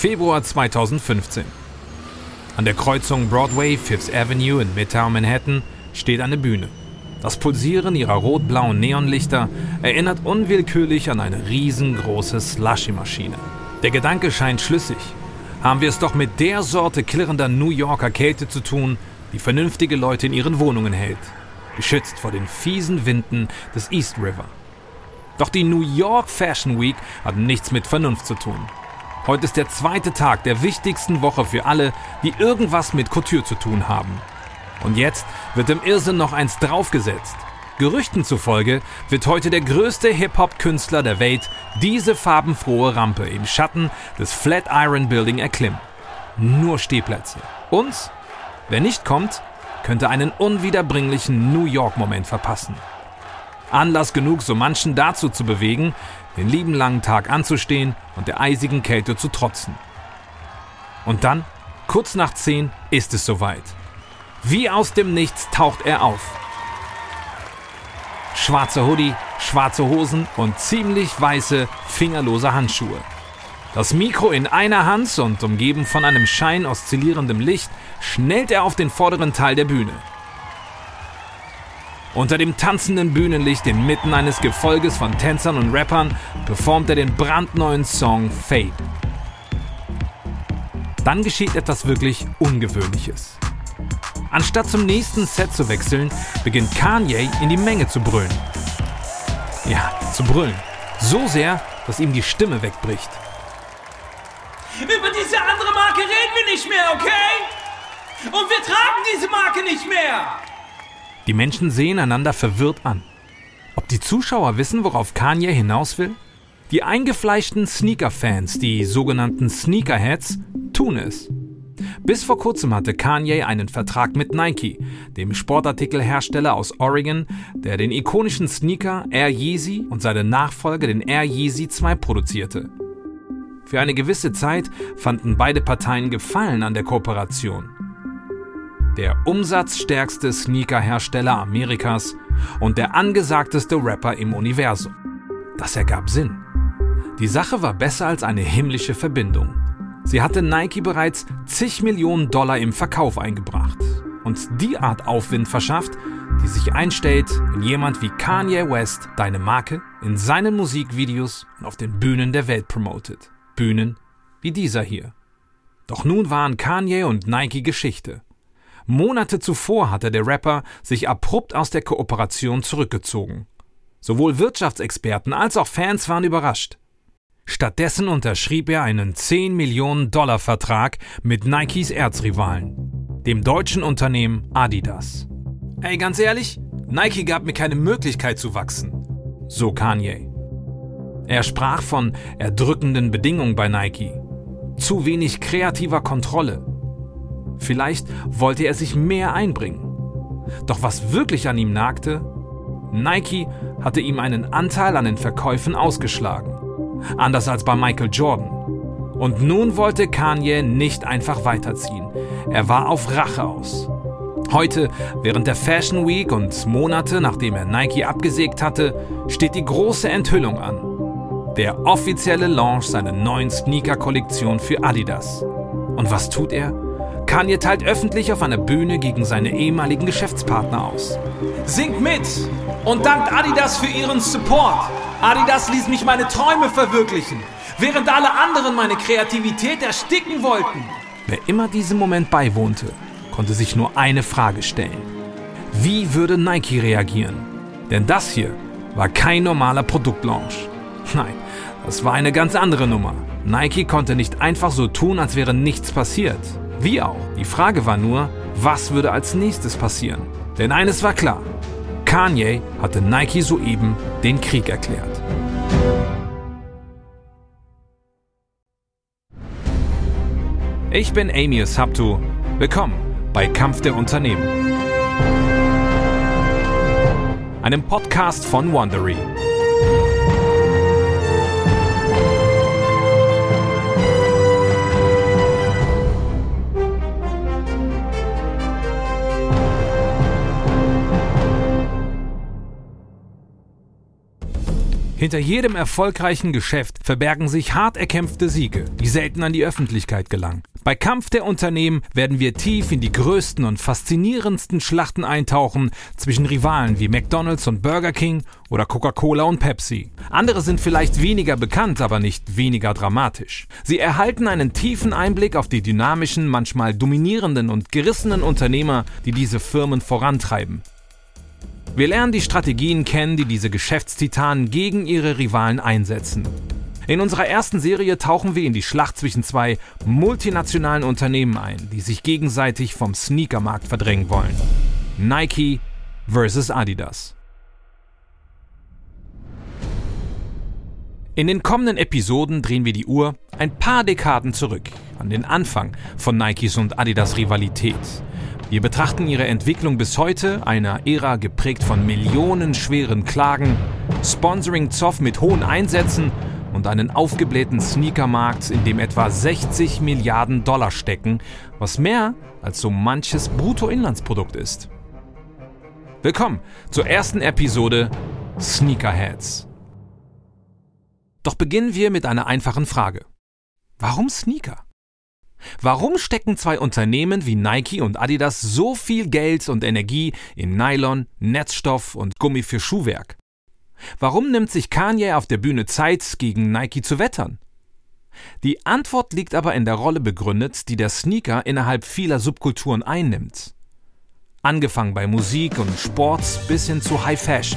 Februar 2015. An der Kreuzung Broadway, Fifth Avenue in Midtown Manhattan steht eine Bühne. Das Pulsieren ihrer rot-blauen Neonlichter erinnert unwillkürlich an eine riesengroße Slushy-Maschine. Der Gedanke scheint schlüssig. Haben wir es doch mit der Sorte klirrender New Yorker Kälte zu tun, die vernünftige Leute in ihren Wohnungen hält, geschützt vor den fiesen Winden des East River. Doch die New York Fashion Week hat nichts mit Vernunft zu tun. Heute ist der zweite Tag der wichtigsten Woche für alle, die irgendwas mit Couture zu tun haben. Und jetzt wird im Irrsinn noch eins draufgesetzt. Gerüchten zufolge wird heute der größte Hip-Hop-Künstler der Welt diese farbenfrohe Rampe im Schatten des Flatiron Building erklimmen. Nur Stehplätze. Und wer nicht kommt, könnte einen unwiederbringlichen New York-Moment verpassen. Anlass genug, so manchen dazu zu bewegen, den lieben langen Tag anzustehen und der eisigen Kälte zu trotzen. Und dann, kurz nach 10, ist es soweit. Wie aus dem Nichts taucht er auf. Schwarzer Hoodie, schwarze Hosen und ziemlich weiße, fingerlose Handschuhe. Das Mikro in einer Hand und umgeben von einem Schein oszillierendem Licht, schnellt er auf den vorderen Teil der Bühne. Unter dem tanzenden Bühnenlicht inmitten eines Gefolges von Tänzern und Rappern performt er den brandneuen Song Fade. Dann geschieht etwas wirklich Ungewöhnliches. Anstatt zum nächsten Set zu wechseln, beginnt Kanye in die Menge zu brüllen. Ja, zu brüllen. So sehr, dass ihm die Stimme wegbricht. Über diese andere Marke reden wir nicht mehr, okay? Und wir tragen diese Marke nicht mehr! Die Menschen sehen einander verwirrt an. Ob die Zuschauer wissen, worauf Kanye hinaus will? Die eingefleischten Sneaker-Fans, die sogenannten Sneakerheads, tun es. Bis vor kurzem hatte Kanye einen Vertrag mit Nike, dem Sportartikelhersteller aus Oregon, der den ikonischen Sneaker Air Yeezy und seinen Nachfolger, den Air Yeezy 2, produzierte. Für eine gewisse Zeit fanden beide Parteien Gefallen an der Kooperation. Der umsatzstärkste Sneakerhersteller Amerikas und der angesagteste Rapper im Universum. Das ergab Sinn. Die Sache war besser als eine himmlische Verbindung. Sie hatte Nike bereits zig Millionen Dollar im Verkauf eingebracht und die Art Aufwind verschafft, die sich einstellt, wenn jemand wie Kanye West deine Marke in seinen Musikvideos und auf den Bühnen der Welt promotet. Bühnen wie dieser hier. Doch nun waren Kanye und Nike Geschichte. Monate zuvor hatte der Rapper sich abrupt aus der Kooperation zurückgezogen. Sowohl Wirtschaftsexperten als auch Fans waren überrascht. Stattdessen unterschrieb er einen 10 Millionen Dollar Vertrag mit Nikes Erzrivalen, dem deutschen Unternehmen Adidas. Ey, ganz ehrlich, Nike gab mir keine Möglichkeit zu wachsen, so Kanye. Er sprach von erdrückenden Bedingungen bei Nike, zu wenig kreativer Kontrolle. Vielleicht wollte er sich mehr einbringen. Doch was wirklich an ihm nagte? Nike hatte ihm einen Anteil an den Verkäufen ausgeschlagen. Anders als bei Michael Jordan. Und nun wollte Kanye nicht einfach weiterziehen. Er war auf Rache aus. Heute, während der Fashion Week und Monate nachdem er Nike abgesägt hatte, steht die große Enthüllung an. Der offizielle Launch seiner neuen Sneaker-Kollektion für Adidas. Und was tut er? Kanye teilt öffentlich auf einer Bühne gegen seine ehemaligen Geschäftspartner aus. Singt mit und dankt Adidas für ihren Support. Adidas ließ mich meine Träume verwirklichen, während alle anderen meine Kreativität ersticken wollten. Wer immer diesem Moment beiwohnte, konnte sich nur eine Frage stellen. Wie würde Nike reagieren? Denn das hier war kein normaler Produktlaunch. Nein, das war eine ganz andere Nummer. Nike konnte nicht einfach so tun, als wäre nichts passiert. Wie auch. Die Frage war nur, was würde als nächstes passieren? Denn eines war klar. Kanye hatte Nike soeben den Krieg erklärt. Ich bin Amius Haptu. Willkommen bei Kampf der Unternehmen. Einem Podcast von Wondery. Hinter jedem erfolgreichen Geschäft verbergen sich hart erkämpfte Siege, die selten an die Öffentlichkeit gelangen. Bei Kampf der Unternehmen werden wir tief in die größten und faszinierendsten Schlachten eintauchen zwischen Rivalen wie McDonald's und Burger King oder Coca-Cola und Pepsi. Andere sind vielleicht weniger bekannt, aber nicht weniger dramatisch. Sie erhalten einen tiefen Einblick auf die dynamischen, manchmal dominierenden und gerissenen Unternehmer, die diese Firmen vorantreiben. Wir lernen die Strategien kennen, die diese Geschäftstitanen gegen ihre Rivalen einsetzen. In unserer ersten Serie tauchen wir in die Schlacht zwischen zwei multinationalen Unternehmen ein, die sich gegenseitig vom Sneakermarkt verdrängen wollen. Nike vs. Adidas. In den kommenden Episoden drehen wir die Uhr ein paar Dekaden zurück, an den Anfang von Nikes und Adidas Rivalität. Wir betrachten ihre Entwicklung bis heute, einer Ära geprägt von millionenschweren Klagen, Sponsoring-Zoff mit hohen Einsätzen und einen aufgeblähten Sneakermarkt, in dem etwa 60 Milliarden Dollar stecken, was mehr als so manches Bruttoinlandsprodukt ist. Willkommen zur ersten Episode Sneakerheads. Doch beginnen wir mit einer einfachen Frage. Warum Sneaker? Warum stecken zwei Unternehmen wie Nike und Adidas so viel Geld und Energie in Nylon, Netzstoff und Gummi für Schuhwerk? Warum nimmt sich Kanye auf der Bühne Zeit, gegen Nike zu wettern? Die Antwort liegt aber in der Rolle begründet, die der Sneaker innerhalb vieler Subkulturen einnimmt. Angefangen bei Musik und Sport bis hin zu High Fashion.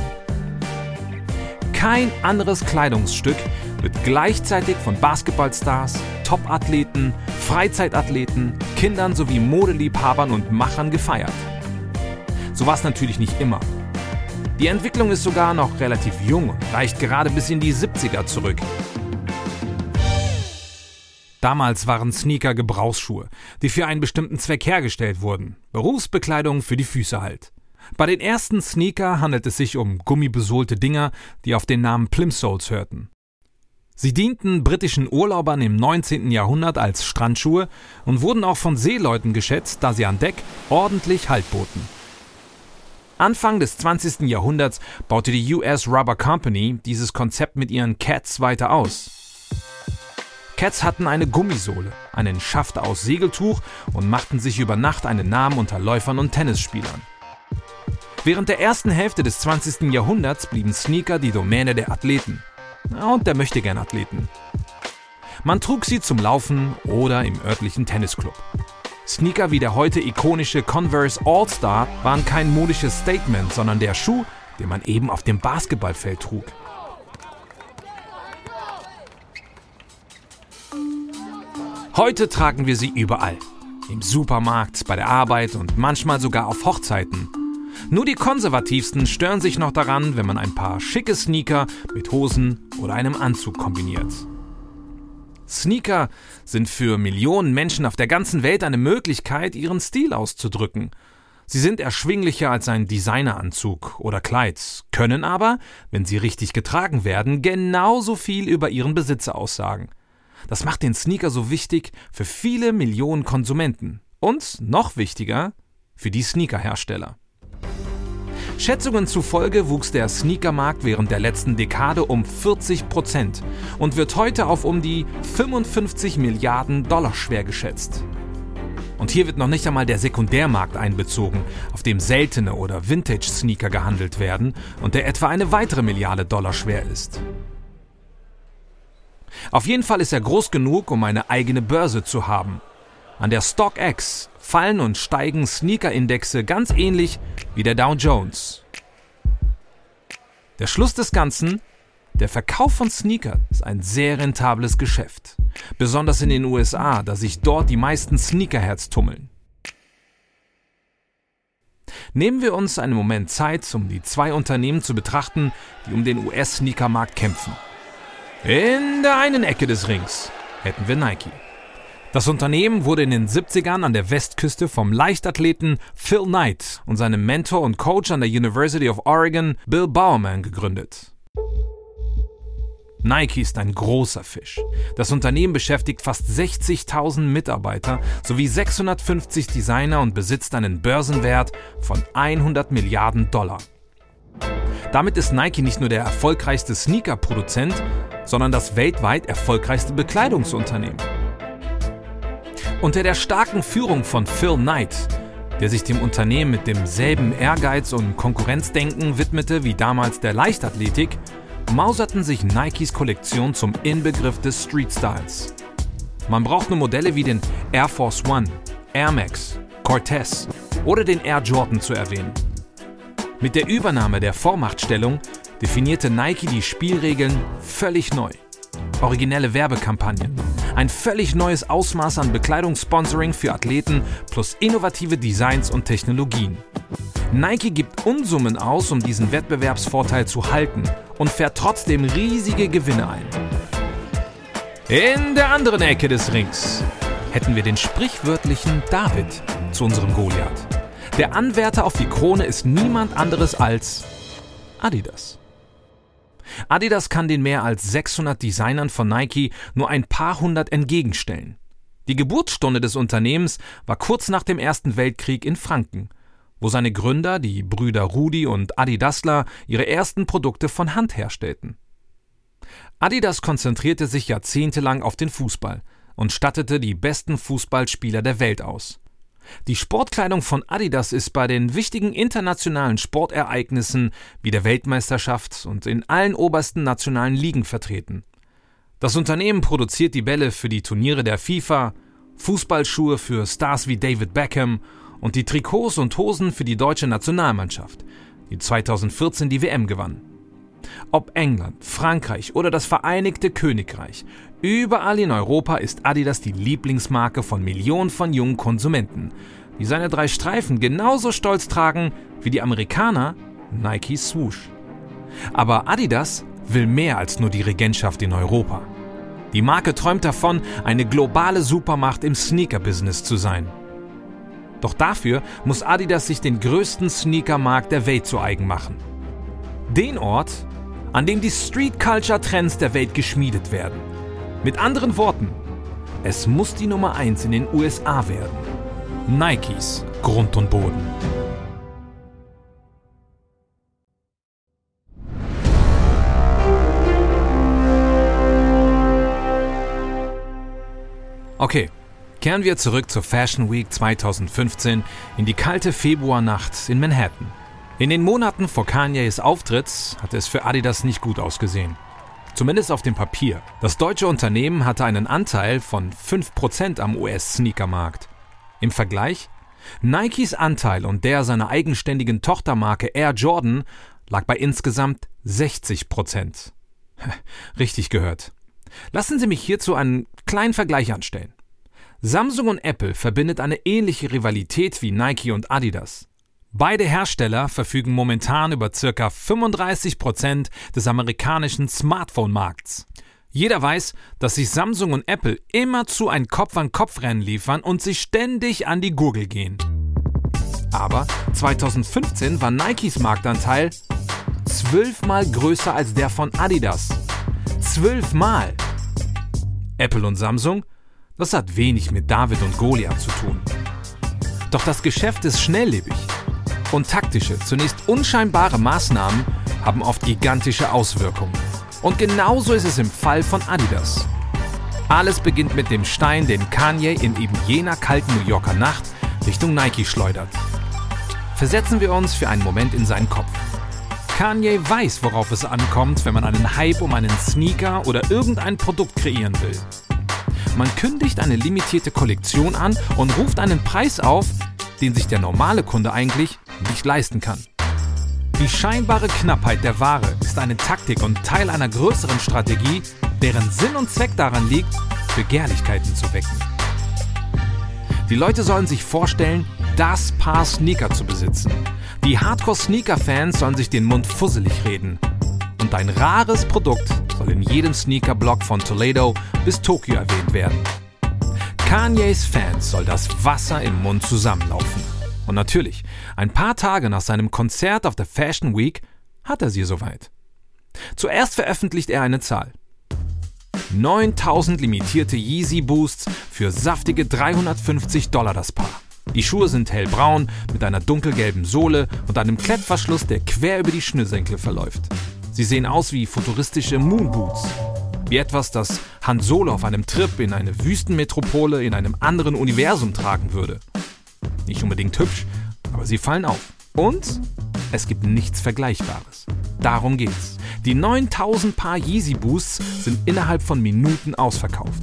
Kein anderes Kleidungsstück wird gleichzeitig von Basketballstars, Top-Athleten, Freizeitathleten, Kindern sowie Modeliebhabern und Machern gefeiert. So war es natürlich nicht immer. Die Entwicklung ist sogar noch relativ jung und reicht gerade bis in die 70er zurück. Damals waren Sneaker Gebrauchsschuhe, die für einen bestimmten Zweck hergestellt wurden. Berufsbekleidung für die Füße halt. Bei den ersten Sneaker handelt es sich um gummibesohlte Dinger, die auf den Namen Plimsolls hörten. Sie dienten britischen Urlaubern im 19. Jahrhundert als Strandschuhe und wurden auch von Seeleuten geschätzt, da sie an Deck ordentlich Halt boten. Anfang des 20. Jahrhunderts baute die US Rubber Company dieses Konzept mit ihren Keds weiter aus. Keds hatten eine Gummisohle, einen Schaft aus Segeltuch und machten sich über Nacht einen Namen unter Läufern und Tennisspielern. Während der ersten Hälfte des 20. Jahrhunderts blieben Sneaker die Domäne der Athleten und der Möchtegern-Athleten. Man trug sie zum Laufen oder im örtlichen Tennisclub. Sneaker wie der heute ikonische Converse All-Star waren kein modisches Statement, sondern der Schuh, den man eben auf dem Basketballfeld trug. Heute tragen wir sie überall. Im Supermarkt, bei der Arbeit und manchmal sogar auf Hochzeiten. Nur die Konservativsten stören sich noch daran, wenn man ein paar schicke Sneaker mit Hosen oder einem Anzug kombiniert. Sneaker sind für Millionen Menschen auf der ganzen Welt eine Möglichkeit, ihren Stil auszudrücken. Sie sind erschwinglicher als ein Designeranzug oder Kleid, können aber, wenn sie richtig getragen werden, genauso viel über ihren Besitzer aussagen. Das macht den Sneaker so wichtig für viele Millionen Konsumenten und, noch wichtiger, für die Sneakerhersteller. Schätzungen zufolge wuchs der Sneakermarkt während der letzten Dekade um 40% und wird heute auf um die 55 Milliarden Dollar schwer geschätzt. Und hier wird noch nicht einmal der Sekundärmarkt einbezogen, auf dem seltene oder Vintage-Sneaker gehandelt werden und der etwa eine weitere Milliarde Dollar schwer ist. Auf jeden Fall ist er groß genug, um eine eigene Börse zu haben. An der StockX fallen und steigen Sneaker-Indexe ganz ähnlich wie der Dow Jones. Der Schluss des Ganzen: Der Verkauf von Sneakern ist ein sehr rentables Geschäft. Besonders in den USA, da sich dort die meisten Sneakerheads tummeln. Nehmen wir uns einen Moment Zeit, um die zwei Unternehmen zu betrachten, die um den US-Sneakermarkt kämpfen. In der einen Ecke des Rings hätten wir Nike. Das Unternehmen wurde in den 70ern an der Westküste vom Leichtathleten Phil Knight und seinem Mentor und Coach an der University of Oregon, Bill Bowerman, gegründet. Nike ist ein großer Fisch. Das Unternehmen beschäftigt fast 60.000 Mitarbeiter sowie 650 Designer und besitzt einen Börsenwert von 100 Milliarden Dollar. Damit ist Nike nicht nur der erfolgreichste Sneaker-Produzent, sondern das weltweit erfolgreichste Bekleidungsunternehmen. Unter der starken Führung von Phil Knight, der sich dem Unternehmen mit demselben Ehrgeiz und Konkurrenzdenken widmete wie damals der Leichtathletik, mauserten sich Nikes Kollektion zum Inbegriff des Street-Styles. Man braucht nur Modelle wie den Air Force One, Air Max, Cortez oder den Air Jordan zu erwähnen. Mit der Übernahme der Vormachtstellung definierte Nike die Spielregeln völlig neu. Originelle Werbekampagnen, ein völlig neues Ausmaß an Bekleidungssponsoring für Athleten plus innovative Designs und Technologien. Nike gibt Unsummen aus, um diesen Wettbewerbsvorteil zu halten und fährt trotzdem riesige Gewinne ein. In der anderen Ecke des Rings hätten wir den sprichwörtlichen David zu unserem Goliath. Der Anwärter auf die Krone ist niemand anderes als Adidas. Adidas kann den mehr als 600 Designern von Nike nur ein paar hundert entgegenstellen. Die Geburtsstunde des Unternehmens war kurz nach dem Ersten Weltkrieg in Franken, wo seine Gründer, die Brüder Rudi und Adi Dassler, ihre ersten Produkte von Hand herstellten. Adidas konzentrierte sich jahrzehntelang auf den Fußball und stattete die besten Fußballspieler der Welt aus. Die Sportkleidung von Adidas ist bei den wichtigen internationalen Sportereignissen wie der Weltmeisterschaft und in allen obersten nationalen Ligen vertreten. Das Unternehmen produziert die Bälle für die Turniere der FIFA, Fußballschuhe für Stars wie David Beckham und die Trikots und Hosen für die deutsche Nationalmannschaft, die 2014 die WM gewann. Ob England, Frankreich oder das Vereinigte Königreich, überall in Europa ist Adidas die Lieblingsmarke von Millionen von jungen Konsumenten, die seine 3 Streifen genauso stolz tragen wie die Amerikaner Nike Swoosh. Aber Adidas will mehr als nur die Regentschaft in Europa. Die Marke träumt davon, eine globale Supermacht im Sneaker-Business zu sein. Doch dafür muss Adidas sich den größten Sneakermarkt der Welt zu eigen machen. Den Ort, an dem die Street-Culture-Trends der Welt geschmiedet werden. Mit anderen Worten, es muss die Nummer 1 in den USA werden. Nikes Grund und Boden. Okay, kehren wir zurück zur Fashion Week 2015 in die kalte Februarnacht in Manhattan. In den Monaten vor Kanyes Auftritt hatte es für Adidas nicht gut ausgesehen. Zumindest auf dem Papier. Das deutsche Unternehmen hatte einen Anteil von 5% am US-Sneakermarkt. Im Vergleich? Nikes Anteil und der seiner eigenständigen Tochtermarke Air Jordan lag bei insgesamt 60%. Richtig gehört. Lassen Sie mich hierzu einen kleinen Vergleich anstellen. Samsung und Apple verbindet eine ähnliche Rivalität wie Nike und Adidas. Beide Hersteller verfügen momentan über ca. 35% des amerikanischen Smartphone-Markts. Jeder weiß, dass sich Samsung und Apple immerzu ein Kopf-an-Kopf-Rennen liefern und sich ständig an die Gurgel gehen. Aber 2015 war Nikes Marktanteil 12-mal größer als der von Adidas. 12-mal! Apple und Samsung, das hat wenig mit David und Goliath zu tun. Doch das Geschäft ist schnelllebig. Und taktische, zunächst unscheinbare Maßnahmen haben oft gigantische Auswirkungen. Und genauso ist es im Fall von Adidas. Alles beginnt mit dem Stein, den Kanye in eben jener kalten New Yorker Nacht Richtung Nike schleudert. Versetzen wir uns für einen Moment in seinen Kopf. Kanye weiß, worauf es ankommt, wenn man einen Hype um einen Sneaker oder irgendein Produkt kreieren will. Man kündigt eine limitierte Kollektion an und ruft einen Preis auf, den sich der normale Kunde eigentlich nicht leisten kann. Die scheinbare Knappheit der Ware ist eine Taktik und Teil einer größeren Strategie, deren Sinn und Zweck daran liegt, Begehrlichkeiten zu wecken. Die Leute sollen sich vorstellen, das Paar Sneaker zu besitzen. Die Hardcore-Sneaker-Fans sollen sich den Mund fusselig reden. Und ein rares Produkt soll in jedem Sneaker-Blog von Toledo bis Tokio erwähnt werden. Kanyes Fans soll das Wasser im Mund zusammenlaufen. Und natürlich, ein paar Tage nach seinem Konzert auf der Fashion Week hat er sie soweit. Zuerst veröffentlicht er eine Zahl. 9.000 limitierte Yeezy Boosts für saftige $350 das Paar. Die Schuhe sind hellbraun mit einer dunkelgelben Sohle und einem Klettverschluss, der quer über die Schnürsenkel verläuft. Sie sehen aus wie futuristische Moonboots. Wie etwas, das Han Solo auf einem Trip in eine Wüstenmetropole in einem anderen Universum tragen würde. Nicht unbedingt hübsch, aber sie fallen auf. Und es gibt nichts Vergleichbares. Darum geht's. Die 9000 Paar Yeezy Boosts sind innerhalb von Minuten ausverkauft.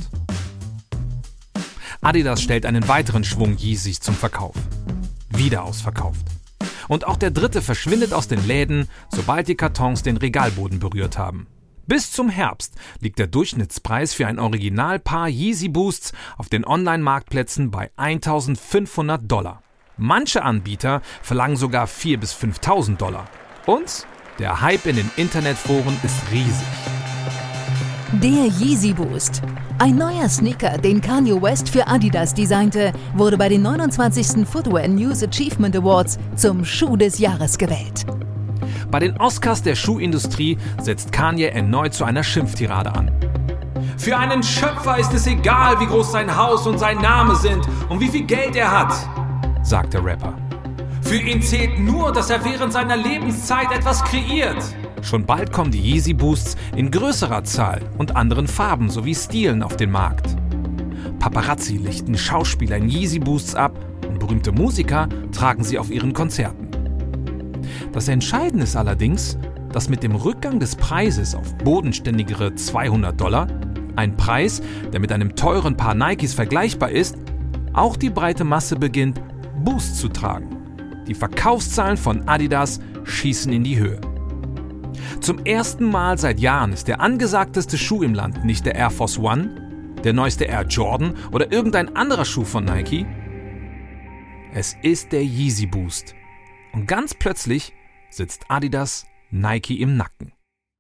Adidas stellt einen weiteren Schwung Yeezys zum Verkauf. Wieder ausverkauft. Und auch der dritte verschwindet aus den Läden, sobald die Kartons den Regalboden berührt haben. Bis zum Herbst liegt der Durchschnittspreis für ein Originalpaar Yeezy Boosts auf den Online-Marktplätzen bei $1.500. Manche Anbieter verlangen sogar $4.000 bis $5.000. Und der Hype in den Internetforen ist riesig. Der Yeezy Boost. Ein neuer Sneaker, den Kanye West für Adidas designte, wurde bei den 29. Footwear News Achievement Awards zum Schuh des Jahres gewählt. Bei den Oscars der Schuhindustrie setzt Kanye erneut zu einer Schimpftirade an. Für einen Schöpfer ist es egal, wie groß sein Haus und sein Name sind und wie viel Geld er hat, sagt der Rapper. Für ihn zählt nur, dass er während seiner Lebenszeit etwas kreiert. Schon bald kommen die Yeezy Boosts in größerer Zahl und anderen Farben sowie Stilen auf den Markt. Paparazzi lichten Schauspieler in Yeezy Boosts ab und berühmte Musiker tragen sie auf ihren Konzerten. Das Entscheidende ist allerdings, dass mit dem Rückgang des Preises auf bodenständigere $200, ein Preis, der mit einem teuren Paar Nikes vergleichbar ist, auch die breite Masse beginnt, Boosts zu tragen. Die Verkaufszahlen von Adidas schießen in die Höhe. Zum ersten Mal seit Jahren ist der angesagteste Schuh im Land nicht der Air Force One, der neueste Air Jordan oder irgendein anderer Schuh von Nike. Es ist der Yeezy Boost. Und ganz plötzlich sitzt Adidas Nike im Nacken.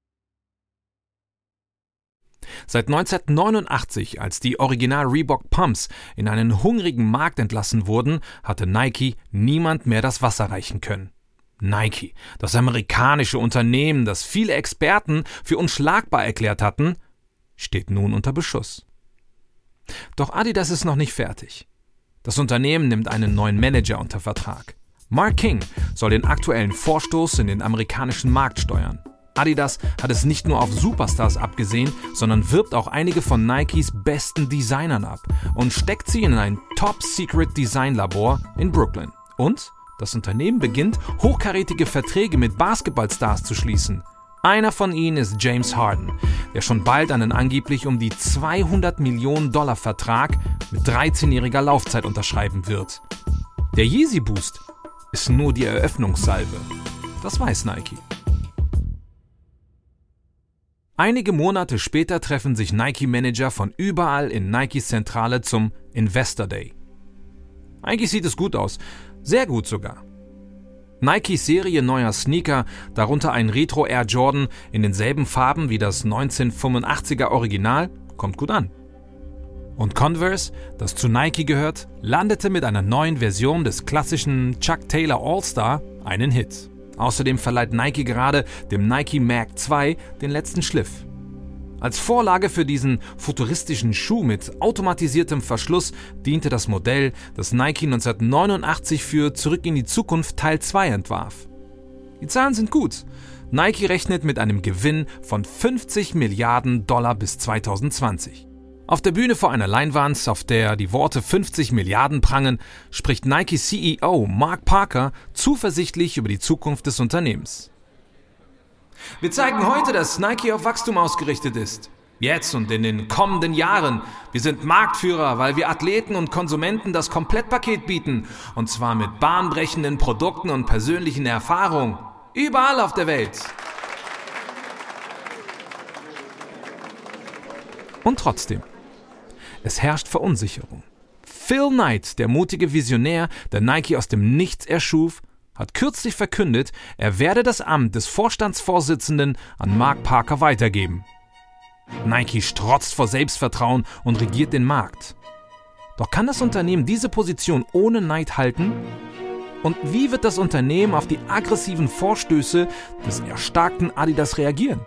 Seit 1989, als die Original Reebok Pumps in einen hungrigen Markt entlassen wurden, hatte Nike niemand mehr das Wasser reichen können. Nike, das amerikanische Unternehmen, das viele Experten für unschlagbar erklärt hatten, steht nun unter Beschuss. Doch Adidas ist noch nicht fertig. Das Unternehmen nimmt einen neuen Manager unter Vertrag. Mark King soll den aktuellen Vorstoß in den amerikanischen Markt steuern. Adidas hat es nicht nur auf Superstars abgesehen, sondern wirbt auch einige von Nikes besten Designern ab und steckt sie in ein Top-Secret-Design-Labor in Brooklyn. Und das Unternehmen beginnt, hochkarätige Verträge mit Basketballstars zu schließen. Einer von ihnen ist James Harden, der schon bald einen angeblich um die $200 Millionen Vertrag mit 13-jähriger Laufzeit unterschreiben wird. Der Yeezy Boost ist nur die Eröffnungssalve. Das weiß Nike. Einige Monate später treffen sich Nike-Manager von überall in Nikes Zentrale zum Investor Day. Eigentlich sieht es gut aus. Sehr gut sogar. Nikes Serie neuer Sneaker, darunter ein Retro Air Jordan in denselben Farben wie das 1985er Original, kommt gut an. Und Converse, das zu Nike gehört, landete mit einer neuen Version des klassischen Chuck Taylor All-Star einen Hit. Außerdem verleiht Nike gerade dem Nike Mag 2 den letzten Schliff. Als Vorlage für diesen futuristischen Schuh mit automatisiertem Verschluss diente das Modell, das Nike 1989 für Zurück in die Zukunft Teil 2 entwarf. Die Zahlen sind gut. Nike rechnet mit einem Gewinn von $50 Milliarden bis 2020. Auf der Bühne vor einer Leinwand, auf der die Worte 50 Milliarden prangen, spricht Nike CEO Mark Parker zuversichtlich über die Zukunft des Unternehmens. Wir zeigen heute, dass Nike auf Wachstum ausgerichtet ist. Jetzt und in den kommenden Jahren. Wir sind Marktführer, weil wir Athleten und Konsumenten das Komplettpaket bieten. Und zwar mit bahnbrechenden Produkten und persönlichen Erfahrungen. Überall auf der Welt. Und trotzdem, es herrscht Verunsicherung. Phil Knight, der mutige Visionär, der Nike aus dem Nichts erschuf, hat kürzlich verkündet, er werde das Amt des Vorstandsvorsitzenden an Mark Parker weitergeben. Nike strotzt vor Selbstvertrauen und regiert den Markt. Doch kann das Unternehmen diese Position ohne Knight halten? Und wie wird das Unternehmen auf die aggressiven Vorstöße des erstarkten Adidas reagieren?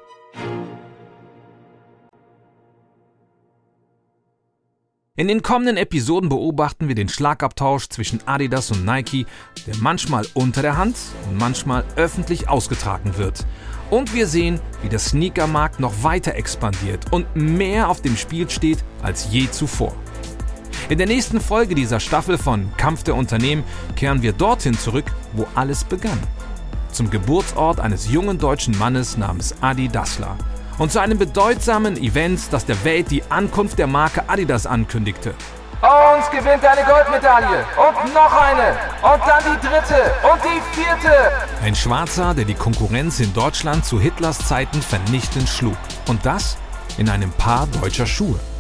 In den kommenden Episoden beobachten wir den Schlagabtausch zwischen Adidas und Nike, der manchmal unter der Hand und manchmal öffentlich ausgetragen wird. Und wir sehen, wie der Sneakermarkt noch weiter expandiert und mehr auf dem Spiel steht als je zuvor. In der nächsten Folge dieser Staffel von Kampf der Unternehmen kehren wir dorthin zurück, wo alles begann. Zum Geburtsort eines jungen deutschen Mannes namens Adi Dassler. Und zu einem bedeutsamen Event, das der Welt die Ankunft der Marke Adidas ankündigte. Uns gewinnt eine Goldmedaille und noch eine und dann die dritte und die vierte. Ein Schwarzer, der die Konkurrenz in Deutschland zu Hitlers Zeiten vernichtend schlug. Und das in einem Paar deutscher Schuhe.